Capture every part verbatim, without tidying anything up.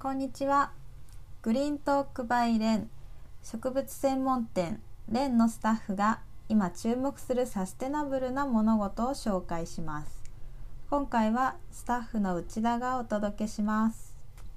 こんにちは。グリーントークバイレン植物専門店レンのスタッフが今注目するサステナブルな物事を紹介します。今回はスタッフの内田がお届けします。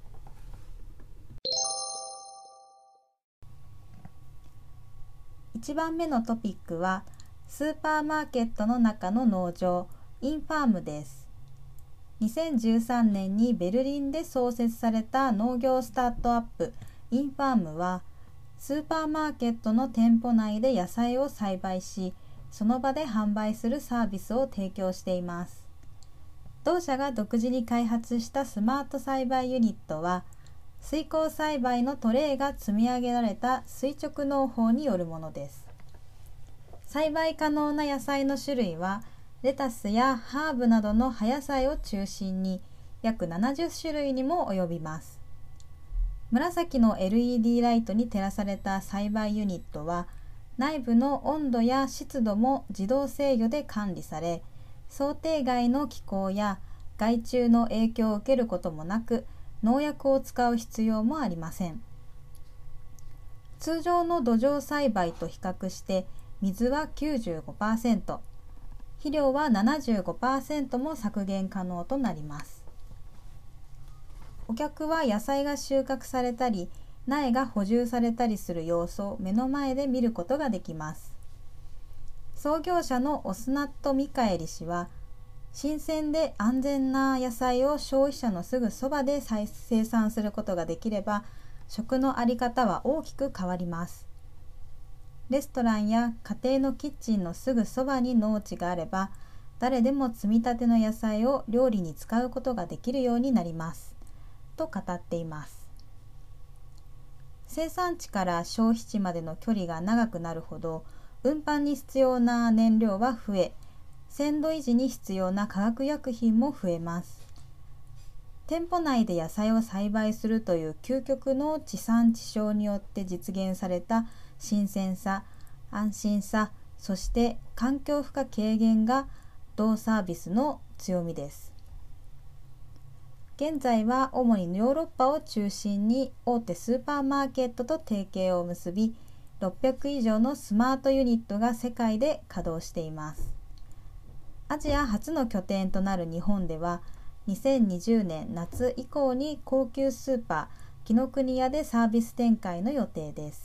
いちばんめのトピックはスーパーマーケットの中の農場インファームです。にせんじゅうさんねんにベルリンで創設された農業スタートアップインファームはスーパーマーケットの店舗内で野菜を栽培しその場で販売するサービスを提供しています。同社が独自に開発したスマート栽培ユニットは水耕栽培のトレイが積み上げられた垂直農法によるものです。栽培可能な野菜の種類はレタスやハーブなどの葉野菜を中心に約ななじゅっしゅるいにも及びます。紫の エルイーディー ライトに照らされた栽培ユニットは内部の温度や湿度も自動制御で管理され、想定外の気候や害虫の影響を受けることもなく農薬を使う必要もありません。通常の土壌栽培と比較して水は きゅうじゅうごパーセント、肥料は ななじゅうごパーセント も削減可能となります。お客は野菜が収穫されたり苗が補充されたりする様子を目の前で見ることができます。創業者のオスナット・ミカエリ氏は新鮮で安全な野菜を消費者のすぐそばで生産することができれば食のあり方は大きく変わります。レストランや家庭のキッチンのすぐそばに農地があれば誰でも摘みたての野菜を料理に使うことができるようになりますと語っています。生産地から消費地までの距離が長くなるほど運搬に必要な燃料は増え、鮮度維持に必要な化学薬品も増えます。店舗内で野菜を栽培するという究極の地産地消によって実現された新鮮さ、安心さ、そして環境負荷軽減が同サービスの強みです。現在は主にヨーロッパを中心に大手スーパーマーケットと提携を結び、ろっぴゃくいじょうのスマートユニットが世界で稼働しています。アジア初の拠点となる日本では、にせんにじゅうねん夏以降に高級スーパー紀ノ国屋でサービス展開の予定です。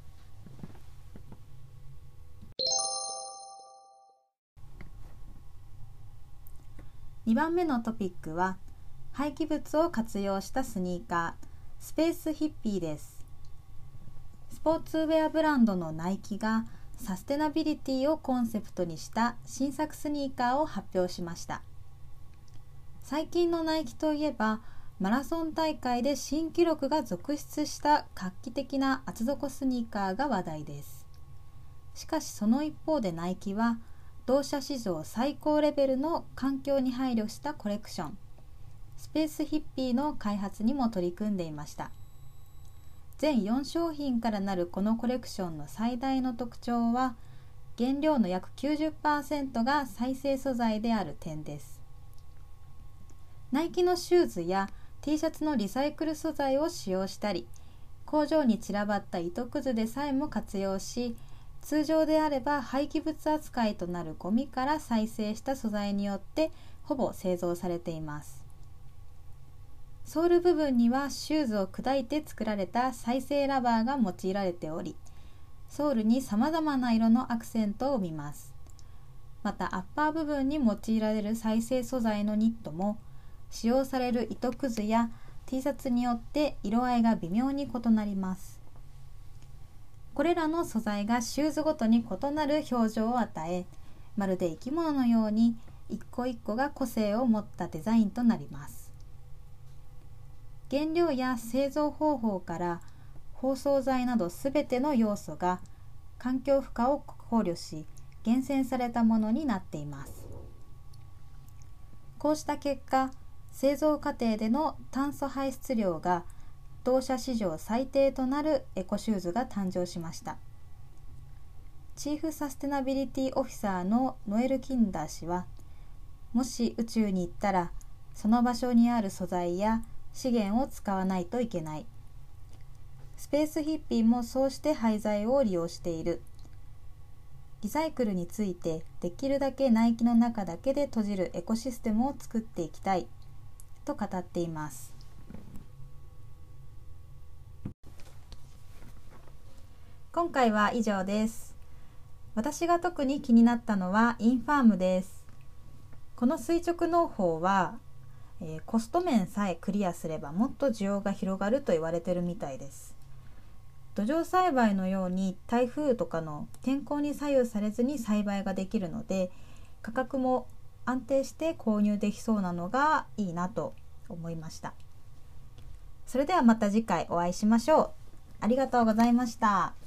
にばんめのトピックは廃棄物を活用したスニーカースペースヒッピーです。スポーツウェアブランドのナイキがサステナビリティをコンセプトにした新作スニーカーを発表しました。最近のナイキといえばマラソン大会で新記録が続出した画期的な厚底スニーカーが話題です。しかしその一方でナイキは同社史上最高レベルの環境に配慮したコレクションスペースヒッピーの開発にも取り組んでいました。全よんしょうひんからなるこのコレクションの最大の特徴は原料の約 きゅうじゅっパーセント が再生素材である点です。ナイキのシューズや T シャツのリサイクル素材を使用したり、工場に散らばった糸くずでさえも活用し、通常であれば廃棄物扱いとなるゴミから再生した素材によってほぼ製造されています。ソール部分にはシューズを砕いて作られた再生ラバーが用いられており、ソールにさまざまな色のアクセントを生みます。またアッパー部分に用いられる再生素材のニットも使用される糸くずや T シャツによって色合いが微妙に異なります。これらの素材がシューズごとに異なる表情を与え、まるで生き物のように一個一個が個性を持ったデザインとなります。原料や製造方法から包装材などすべての要素が環境負荷を考慮し厳選されたものになっています。こうした結果、製造過程での炭素排出量が同社史上最低となるエコシューズが誕生しました。チーフサステナビリティオフィサーのノエル・キンダー氏は、もし宇宙に行ったらその場所にある素材や資源を使わないといけない。スペースヒッピーもそうして廃材を利用している。リサイクルについてできるだけナイキの中だけで閉じるエコシステムを作っていきたいと語っています。今回は以上です。私が特に気になったのはインファームです。この垂直農法は、えー、コスト面さえクリアすればもっと需要が広がると言われてるみたいです。土壌栽培のように台風とかの天候に左右されずに栽培ができるので、価格も安定して購入できそうなのがいいなと思いました。それではまた次回お会いしましょう。ありがとうございました。